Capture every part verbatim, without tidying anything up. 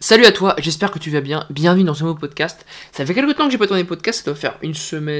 Salut à toi, j'espère que tu vas bien, bienvenue dans ce nouveau podcast. Ça fait quelques temps que j'ai pas tourné de podcast, ça doit faire une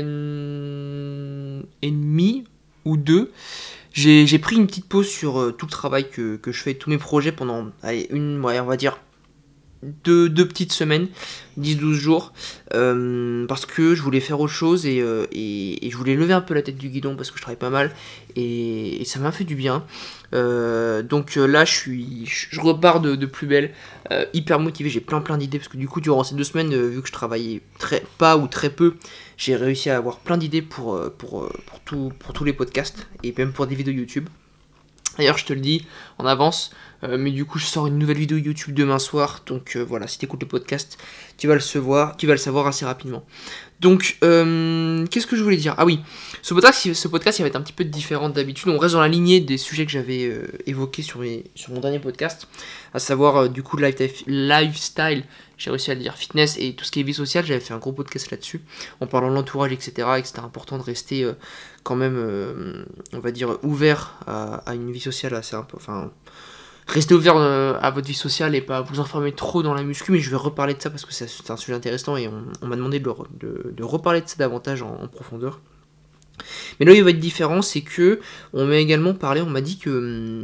semaine et demie ou deux. J'ai, j'ai pris une petite pause sur euh, tout le travail que, que je fais, tous mes projets pendant, allez, une, ouais, on va dire deux, deux petites semaines, dix douze jours, euh, parce que je voulais faire autre chose et, euh, et, et je voulais lever un peu la tête du guidon parce que je travaille pas mal et, et ça m'a fait du bien. Euh, donc euh, là, je suis, je repars de, de plus belle, euh, hyper motivé, j'ai plein plein d'idées parce que du coup, durant ces deux semaines, euh, vu que je travaillais très, pas ou très peu, j'ai réussi à avoir plein d'idées pour, euh, pour, euh, pour, tout, pour tous les podcasts et même pour des vidéos YouTube. D'ailleurs, je te le dis en avance, euh, mais du coup, je sors une nouvelle vidéo YouTube demain soir. Donc euh, voilà, si tu écoutes le podcast, tu vas le savoir, tu vas le savoir assez rapidement. Donc, euh, qu'est-ce que je voulais dire? Ah oui, ce podcast, ce podcast, il va être un petit peu différent d'habitude. On reste dans la lignée des sujets que j'avais euh, évoqués sur, mes, sur mon dernier podcast, à savoir euh, du coup lifestyle, j'ai réussi à le dire, fitness et tout ce qui est vie sociale. J'avais fait un gros podcast là-dessus, en parlant de l'entourage, et cetera. Et que c'était important de rester euh, quand même, euh, on va dire, ouvert à, à une vie sociale assez un peu, enfin, restez ouvert euh, à votre vie sociale et pas vous enfermer trop dans la muscu, mais je vais reparler de ça parce que c'est, c'est un sujet intéressant et on, on m'a demandé de, de, de reparler de ça davantage en, en profondeur. Mais là, il va être différent, c'est que on m'a également parlé, on m'a dit que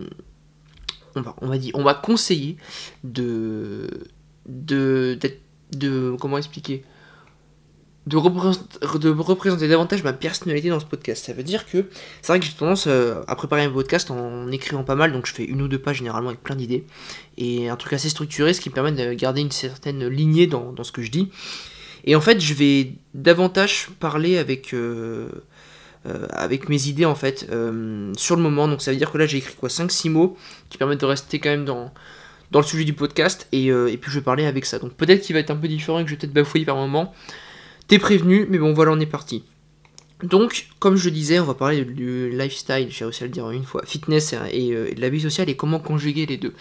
on va, on m'a dit, on m'a conseillé de, de, d'être, de, comment expliquer, de représenter, de représenter davantage ma personnalité dans ce podcast. Ça veut dire que c'est vrai que j'ai tendance euh, à préparer un podcast en écrivant pas mal, donc je fais une ou deux pages généralement avec plein d'idées, et un truc assez structuré, ce qui me permet de garder une certaine lignée dans, dans ce que je dis. Et en fait, je vais davantage parler avec, euh, euh, avec mes idées en fait, euh, sur le moment, donc ça veut dire que là j'ai écrit quoi, cinq six mots, qui permettent de rester quand même dans... dans le sujet du podcast, et, euh, et puis je vais parler avec ça. Donc peut-être qu'il va être un peu différent et que je vais peut-être bafouiller par moment. T'es prévenu, mais bon voilà, on est parti. Donc, comme je disais, on va parler du lifestyle, j'ai réussi à le dire une fois, fitness et, et de la vie sociale et comment conjuguer les deux.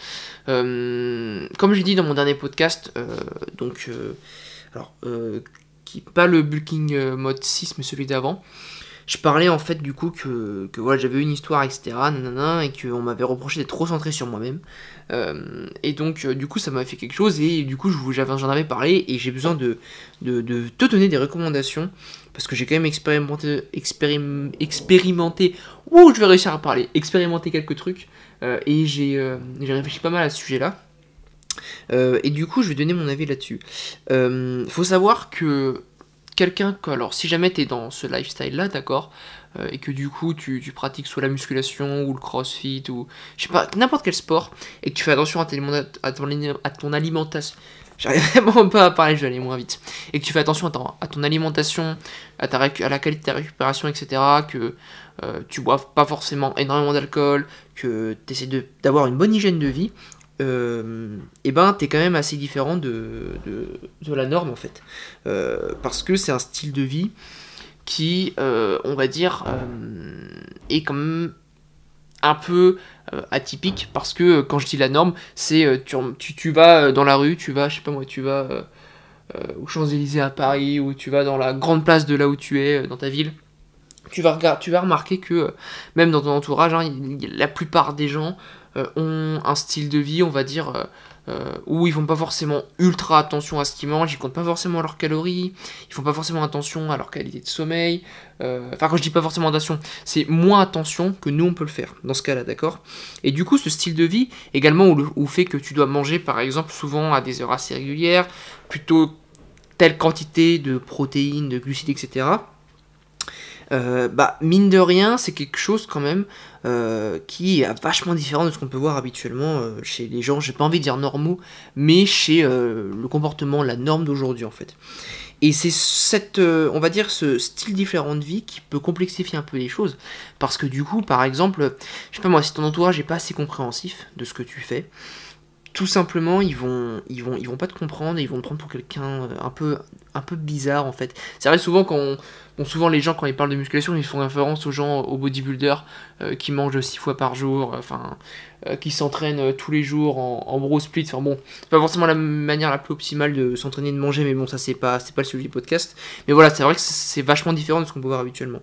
Euh, comme j'ai dit dans mon dernier podcast, euh, donc, euh, alors, euh, qui pas le bulking mode six, mais celui d'avant, je parlais en fait du coup que, que voilà, j'avais eu une histoire, et cetera, nanana, et qu'on m'avait reproché d'être trop centré sur moi-même. Euh, et donc, euh, du coup, ça m'avait fait quelque chose, et du coup, j'avais, j'en avais parlé, et j'ai besoin de, de, de te donner des recommandations, parce que j'ai quand même expérimenté, expérim, expérimenté, ouh, je vais réussir à parler, expérimenté quelques trucs, euh, et j'ai, euh, j'ai réfléchi pas mal à ce sujet-là. Euh, et du coup, je vais donner mon avis là-dessus. Euh, faut savoir que quelqu'un que, alors si jamais t'es dans ce lifestyle là, d'accord, euh, et que du coup tu, tu pratiques soit la musculation ou le crossfit ou je sais pas, n'importe quel sport, et que tu fais attention à, tes, à, ton, à ton alimentation, j'arrive vraiment pas à parler, je vais aller moins vite, et que tu fais attention à ton, à ton alimentation, à, ta, à la qualité de ta récupération, et cetera, que euh, tu bois pas forcément énormément d'alcool, que tu essaies de, d'avoir une bonne hygiène de vie, euh, et ben t'es quand même assez différent de, de, de la norme en fait, euh, parce que c'est un style de vie qui, euh, on va dire, euh, est quand même un peu euh, atypique, parce que quand je dis la norme, c'est euh, tu, tu, tu vas dans la rue, tu vas, je sais pas moi, tu vas euh, euh, aux Champs-Élysées à Paris, ou tu vas dans la grande place de là où tu es, euh, dans ta ville. Tu vas, regarder, tu vas remarquer que euh, même dans ton entourage, hein, la plupart des gens euh, ont un style de vie, on va dire, euh, euh, où ils font pas forcément ultra attention à ce qu'ils mangent, ils comptent pas forcément leurs calories, ils font pas forcément attention à leur qualité de sommeil. Euh, enfin, quand je dis pas forcément attention, c'est moins attention que nous on peut le faire dans ce cas-là, d'accord? Et du coup, ce style de vie, également, où le où fait que tu dois manger par exemple souvent à des heures assez régulières, plutôt telle quantité de protéines, de glucides, et cetera. Euh, bah mine de rien, c'est quelque chose quand même euh, qui est vachement différent de ce qu'on peut voir habituellement euh, chez les gens, j'ai pas envie de dire normaux, mais chez euh, le comportement, la norme d'aujourd'hui en fait. Et c'est cette, euh, on va dire, ce style différent de vie qui peut complexifier un peu les choses, parce que du coup, par exemple, je sais pas moi, si ton entourage est pas assez compréhensif de ce que tu fais, tout simplement, ils vont, ils vont, ils vont pas te comprendre, et ils vont te prendre pour quelqu'un un peu, un peu bizarre en fait. C'est vrai, souvent quand, on, bon, souvent les gens quand ils parlent de musculation, ils font référence aux gens, aux bodybuilders euh, qui mangent six fois par jour, enfin, euh, qui s'entraînent euh, tous les jours en, en bro split. Enfin bon, c'est pas forcément la manière la plus optimale de s'entraîner et de manger, mais bon, ça c'est pas, c'est pas le sujet du podcast. Mais voilà, c'est vrai que c'est vachement différent de ce qu'on peut voir habituellement.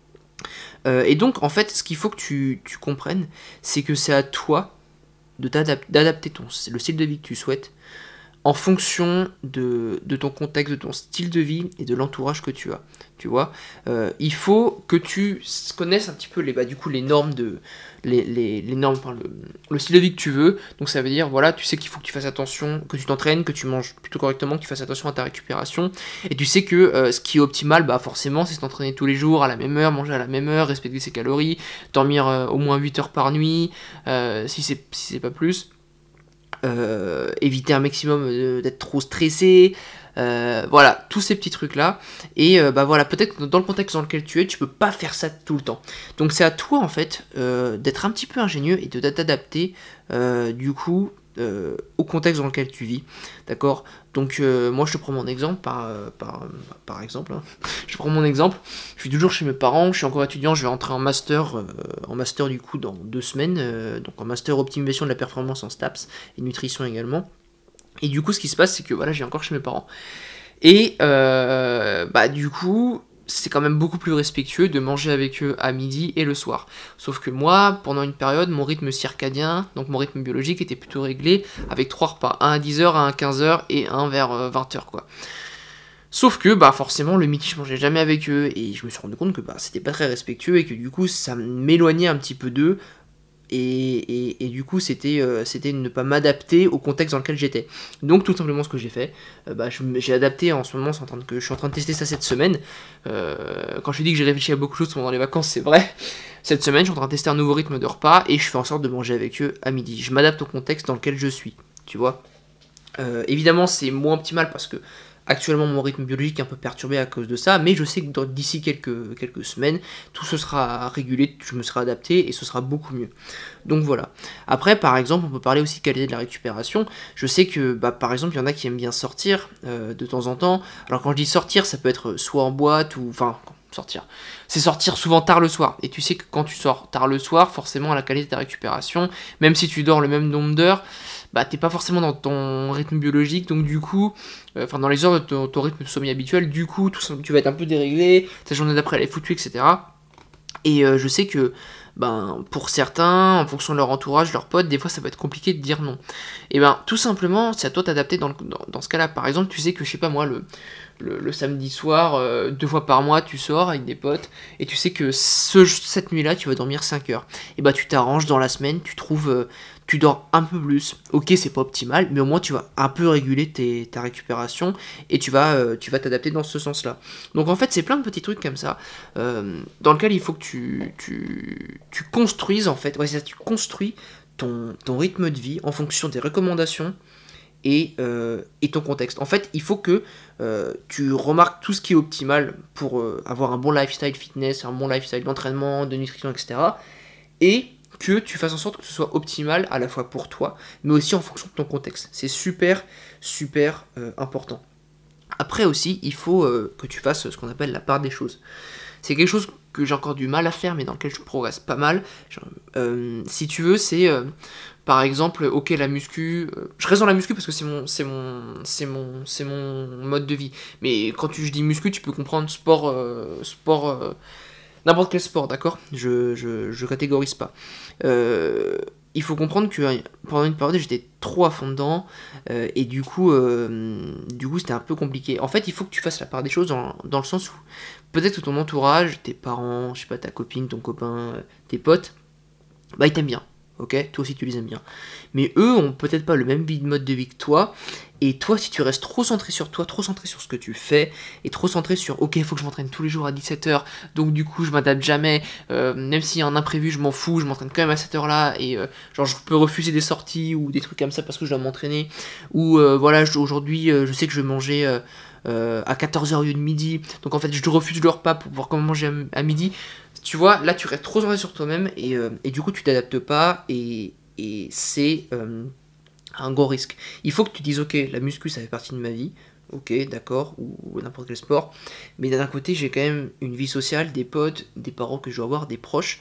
Euh, et donc, en fait, ce qu'il faut que tu, tu comprennes, c'est que c'est à toi de d'adapter ton, le style de vie que tu souhaites en fonction de, de ton contexte, de ton style de vie et de l'entourage que tu as. Tu vois, euh, il faut que tu connaisses un petit peu les, bah, du coup, les normes de les, les, les normes, enfin, le, le style de vie que tu veux. Donc ça veut dire, voilà, tu sais qu'il faut que tu fasses attention, que tu t'entraînes, que tu manges plutôt correctement, que tu fasses attention à ta récupération. Et tu sais que euh, ce qui est optimal, bah forcément, c'est s'entraîner tous les jours à la même heure, manger à la même heure, respecter ses calories, dormir euh, au moins huit heures par nuit, euh, si c'est si c'est pas plus. Euh, éviter un maximum euh, d'être trop stressé, euh, voilà, tous ces petits trucs là, et euh, bah voilà, peut-être que dans le contexte dans lequel tu es, tu peux pas faire ça tout le temps, donc c'est à toi en fait euh, d'être un petit peu ingénieux et de t'adapter euh, du coup euh, au contexte dans lequel tu vis, d'accord. Donc euh, moi je te prends mon exemple par, euh, par, euh, par exemple, hein. Je prends mon exemple, je suis toujours chez mes parents, je suis encore étudiant, je vais entrer en master, euh, en master du coup dans deux semaines, euh, donc en master optimisation de la performance en STAPS et nutrition également. Et du coup ce qui se passe c'est que voilà, j'ai encore chez mes parents. Et euh, bah du coup c'est quand même beaucoup plus respectueux de manger avec eux à midi et le soir. Sauf que moi, pendant une période, mon rythme circadien, donc mon rythme biologique, était plutôt réglé avec trois repas, un à dix heures, un à quinze heures et un vers vingt heures, quoi. Sauf que, bah forcément, le midi, je mangeais jamais avec eux, et je me suis rendu compte que bah, c'était pas très respectueux, et que du coup, ça m'éloignait un petit peu d'eux, et, et, et du coup c'était euh, c'était ne pas m'adapter au contexte dans lequel j'étais. Donc tout simplement ce que j'ai fait, euh, bah, j'ai adapté en ce moment, en train de, que je suis en train de tester ça cette semaine. Euh, quand je dis que j'ai réfléchi à beaucoup de choses pendant les vacances, c'est vrai. Cette semaine je suis en train de tester un nouveau rythme de repas et je fais en sorte de manger avec eux à midi. Je m'adapte au contexte dans lequel je suis, tu vois. Euh, évidemment c'est moins optimal parce que actuellement, mon rythme biologique est un peu perturbé à cause de ça, mais je sais que d'ici quelques, quelques semaines, tout se sera régulé, je me serai adapté et ce sera beaucoup mieux. Donc voilà. Après, par exemple, on peut parler aussi de qualité de la récupération. Je sais que, bah, par exemple, il y en a qui aiment bien sortir euh, de temps en temps. Alors quand je dis sortir, ça peut être soit en boîte ou... Enfin, sortir. C'est sortir souvent tard le soir. Et tu sais que quand tu sors tard le soir, forcément, la qualité de ta récupération, même si tu dors le même nombre d'heures, bah t'es pas forcément dans ton rythme biologique, donc du coup, euh, enfin dans les heures de ton, ton rythme de sommeil habituel, du coup, tout, tu vas être un peu déréglé, ta journée d'après elle est foutue, et cetera. Et euh, je sais que, ben, pour certains, en fonction de leur entourage, leurs potes, des fois ça peut être compliqué de dire non. Et ben, tout simplement, c'est à toi d'adapter dans, dans, dans ce cas-là. Par exemple, tu sais que, je sais pas moi, le, le, le samedi soir, euh, deux fois par mois, tu sors avec des potes, et tu sais que ce, cette nuit-là, tu vas dormir cinq heures. Et ben, tu t'arranges dans la semaine, tu trouves... Euh, tu dors un peu plus, ok c'est pas optimal, mais au moins tu vas un peu réguler tes, ta récupération et tu vas euh, tu vas t'adapter dans ce sens-là. Donc en fait c'est plein de petits trucs comme ça, euh, dans lequel il faut que tu, tu, tu construises en fait, ouais c'est ça, tu construis ton, ton rythme de vie en fonction des recommandations et, euh, et ton contexte. En fait il faut que euh, tu remarques tout ce qui est optimal pour euh, avoir un bon lifestyle fitness, un bon lifestyle d'entraînement, de nutrition, et cetera. Et que tu fasses en sorte que ce soit optimal à la fois pour toi, mais aussi en fonction de ton contexte. C'est super, super euh, important. Après aussi, il faut euh, que tu fasses ce qu'on appelle la part des choses. C'est quelque chose que j'ai encore du mal à faire, mais dans lequel je progresse pas mal. Genre, euh, si tu veux, c'est euh, par exemple, ok, la muscu. Euh, je reste dans la muscu parce que c'est mon, c'est mon, c'est mon, c'est mon mode de vie. Mais quand tu, je dis muscu, tu peux comprendre sport, euh, sport. Euh, N'importe quel sport, d'accord, je, je, je catégorise pas. Euh, il faut comprendre que pendant une période, j'étais trop à fond dedans, euh, et du coup, euh, du coup, c'était un peu compliqué. En fait, il faut que tu fasses la part des choses dans, dans le sens où peut-être que ton entourage, tes parents, je sais pas, ta copine, ton copain, tes potes, bah ils t'aiment bien. Ok, toi aussi tu les aimes bien. Mais eux ont peut-être pas le même mode de vie que toi. Et toi, si tu restes trop centré sur toi, trop centré sur ce que tu fais, et trop centré sur ok, il faut que je m'entraîne tous les jours à dix-sept heures, donc du coup je m'adapte jamais, euh, même s'il y a un imprévu, je m'en fous, je m'entraîne quand même à cette heure-là, et euh, genre je peux refuser des sorties ou des trucs comme ça parce que je dois m'entraîner, ou euh, voilà, aujourd'hui euh, je sais que je vais manger euh, euh, à quatorze heures au lieu de midi, donc en fait je refuse le repas pour pouvoir comment manger à, à midi. Tu vois, là tu restes trop centré sur toi-même, et, euh, et du coup tu t'adaptes pas, et, et c'est euh, un gros risque. Il faut que tu dises ok, la muscu ça fait partie de ma vie, ok d'accord, ou, ou n'importe quel sport, mais d'un côté j'ai quand même une vie sociale, des potes, des parents que je dois avoir, des proches,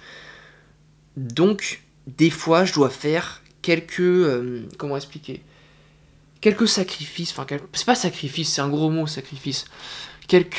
donc des fois je dois faire quelques, euh, comment expliquer, quelques sacrifices, enfin, quel- c'est pas sacrifice, c'est un gros mot, sacrifice. Quelques...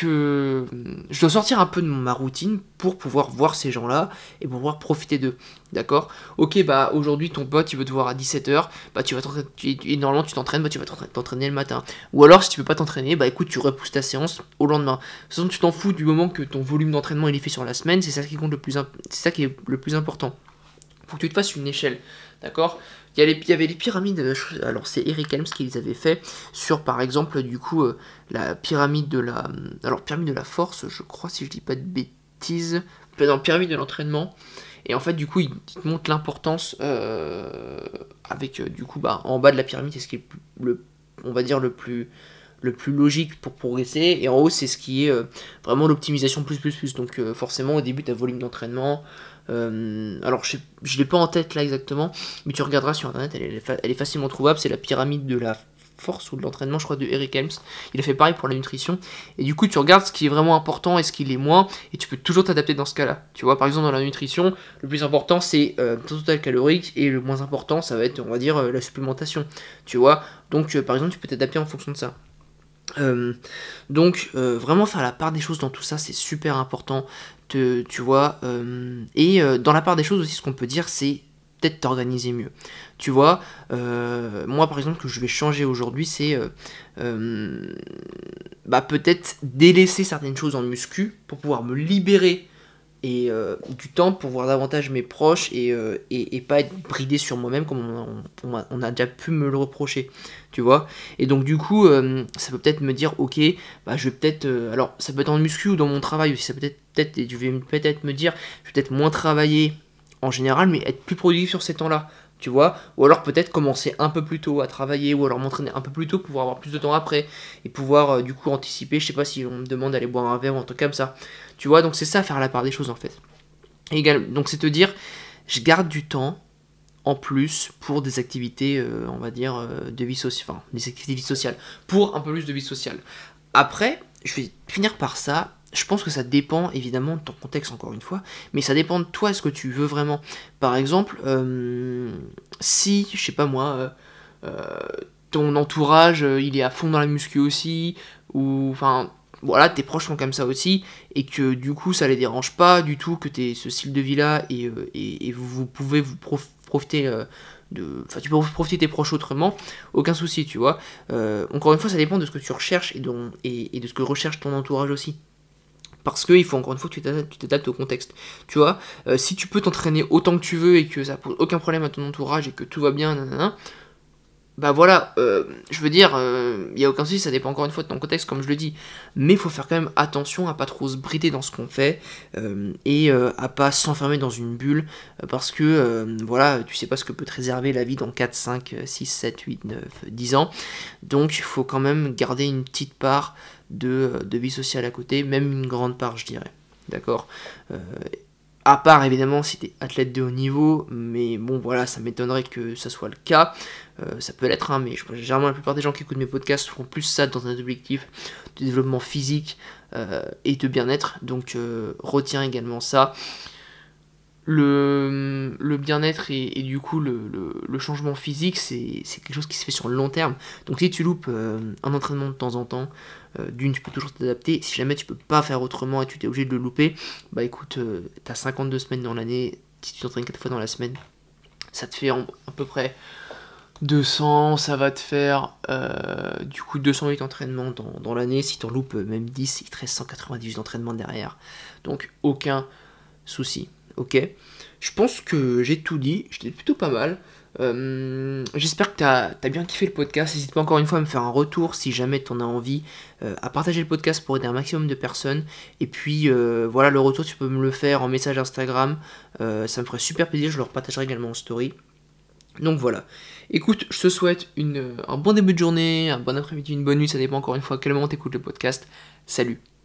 Je dois sortir un peu de ma routine pour pouvoir voir ces gens-là et pour pouvoir profiter d'eux, d'accord? Ok, bah aujourd'hui ton pote il veut te voir à dix-sept heures, bah tu vas t'entraîner, tu- et normalement tu t'entraînes, bah tu vas t'entraîner t'entraîner le matin. Ou alors si tu peux pas t'entraîner, bah écoute, tu repousses ta séance au lendemain. De toute façon tu t'en fous du moment que ton volume d'entraînement il est fait sur la semaine, c'est ça qui compte le plus, imp- c'est ça qui est le plus important. Faut que tu te fasses une échelle, d'accord? Il y, a les- il y avait les pyramides, euh, je- alors c'est Eric Helms qui les avait fait sur par exemple du coup euh, la pyramide de la, alors pyramide de la force, je crois si je dis pas de bêtises, non, pyramide de l'entraînement. Et en fait du coup il, il te montre l'importance euh, avec euh, du coup bah en bas de la pyramide c'est ce qui est le, le- on va dire le plus le plus logique pour progresser et en haut c'est ce qui est euh, vraiment l'optimisation plus plus plus donc euh, forcément au début tu as volume d'entraînement. Euh, alors je, je l'ai pas en tête là exactement, mais tu regarderas sur internet, elle est, fa- elle est facilement trouvable. C'est la pyramide de la force ou de l'entraînement, je crois, de Eric Helms. Il a fait pareil pour la nutrition. Et du coup, tu regardes ce qui est vraiment important et ce qui l'est moins, et tu peux toujours t'adapter dans ce cas-là. Tu vois, par exemple, dans la nutrition, le plus important c'est euh, ton total calorique, et le moins important ça va être, on va dire, euh, la supplémentation. Tu vois, donc euh, par exemple, tu peux t'adapter en fonction de ça. Euh, donc euh, vraiment faire la part des choses dans tout ça c'est super important, te- tu vois, euh, et euh, dans la part des choses aussi ce qu'on peut dire c'est peut-être t'organiser mieux, tu vois. Euh, moi par exemple que je vais changer aujourd'hui c'est euh, euh, bah peut-être délaisser certaines choses en muscu pour pouvoir me libérer et euh, du temps pour voir davantage mes proches et, euh, et, et pas être bridé sur moi-même comme on, on, on a déjà pu me le reprocher, tu vois. Et donc du coup, euh, ça peut peut-être me dire, ok, bah je vais peut-être, euh, alors ça peut être en muscu ou dans mon travail aussi, ça peut être peut-être, et je vais peut-être me dire, je vais peut-être moins travailler en général, mais être plus productif sur ces temps-là. Tu vois, ou alors peut-être commencer un peu plus tôt à travailler, ou alors m'entraîner un peu plus tôt pour pouvoir avoir plus de temps après, et pouvoir euh, du coup anticiper, je sais pas si on me demande d'aller boire un verre ou un truc comme ça. Tu vois, donc c'est ça faire la part des choses en fait. Et égal, donc c'est te dire, je garde du temps en plus pour des activités, euh, on va dire, euh, de vie sociale, enfin, des activités sociales, pour un peu plus de vie sociale. Après, je vais finir par ça. Je pense que ça dépend évidemment de ton contexte encore une fois, mais ça dépend de toi, ce que tu veux vraiment. Par exemple, euh, si, je sais pas moi, euh, euh, ton entourage, euh, il est à fond dans la muscu aussi, ou enfin, voilà, tes proches sont comme ça aussi, et que du coup ça les dérange pas du tout que tu aies ce style de vie là, et, euh, et, et vous, vous pouvez vous prof- profiter euh, de. Enfin, tu peux profiter de tes proches autrement, aucun souci, tu vois. Euh, encore une fois, ça dépend de ce que tu recherches et, dont, et, et de ce que recherche ton entourage aussi. Parce qu'il faut encore une fois que tu t'adaptes, tu t'adaptes au contexte. Tu vois, euh, si tu peux t'entraîner autant que tu veux et que ça pose aucun problème à ton entourage et que tout va bien, nanana, bah voilà, euh, je veux dire, il euh, n'y a aucun souci, ça dépend encore une fois de ton contexte, comme je le dis. Mais il faut faire quand même attention à pas trop se brider dans ce qu'on fait euh, et euh, à pas s'enfermer dans une bulle euh, parce que, euh, voilà, tu sais pas ce que peut te réserver la vie dans quatre, cinq, six, sept, huit, neuf, dix ans. Donc il faut quand même garder une petite part de, de vie sociale à côté, même une grande part, je dirais. D'accord. Euh, à part évidemment si t'es athlète de haut niveau, mais bon voilà, ça m'étonnerait que ça soit le cas. Euh, ça peut l'être, hein, mais je, généralement la plupart des gens qui écoutent mes podcasts font plus ça dans un objectif de développement physique euh, et de bien-être. Donc euh, retiens également ça. Le, le bien-être et, et du coup le, le, le changement physique, c'est c'est quelque chose qui se fait sur le long terme. Donc si tu loupes euh, un entraînement de temps en temps, euh, d'une, tu peux toujours t'adapter. Si jamais tu peux pas faire autrement et tu t'es obligé de le louper, bah écoute, euh, t'as cinquante-deux semaines dans l'année, si tu t'entraînes quatre fois dans la semaine, ça te fait en, à peu près deux cents, ça va te faire euh, du coup deux cent huit entraînements dans, dans l'année. Si t'en loupes même dix, il te reste cent quatre-vingt-dix-huit entraînements derrière. Donc aucun souci. Ok, je pense que j'ai tout dit, j'étais plutôt pas mal. Euh, J'espère que t'as as bien kiffé le podcast. N'hésite pas encore une fois à me faire un retour si jamais t'en as envie, euh, à partager le podcast pour aider un maximum de personnes. Et puis euh, voilà, le retour, tu peux me le faire en message Instagram. Euh, ça me ferait super plaisir, je le repartagerai également en story. Donc voilà. Écoute, je te souhaite une, un bon début de journée, un bon après-midi, une bonne nuit, ça dépend encore une fois à quel moment t'écoutes le podcast. Salut.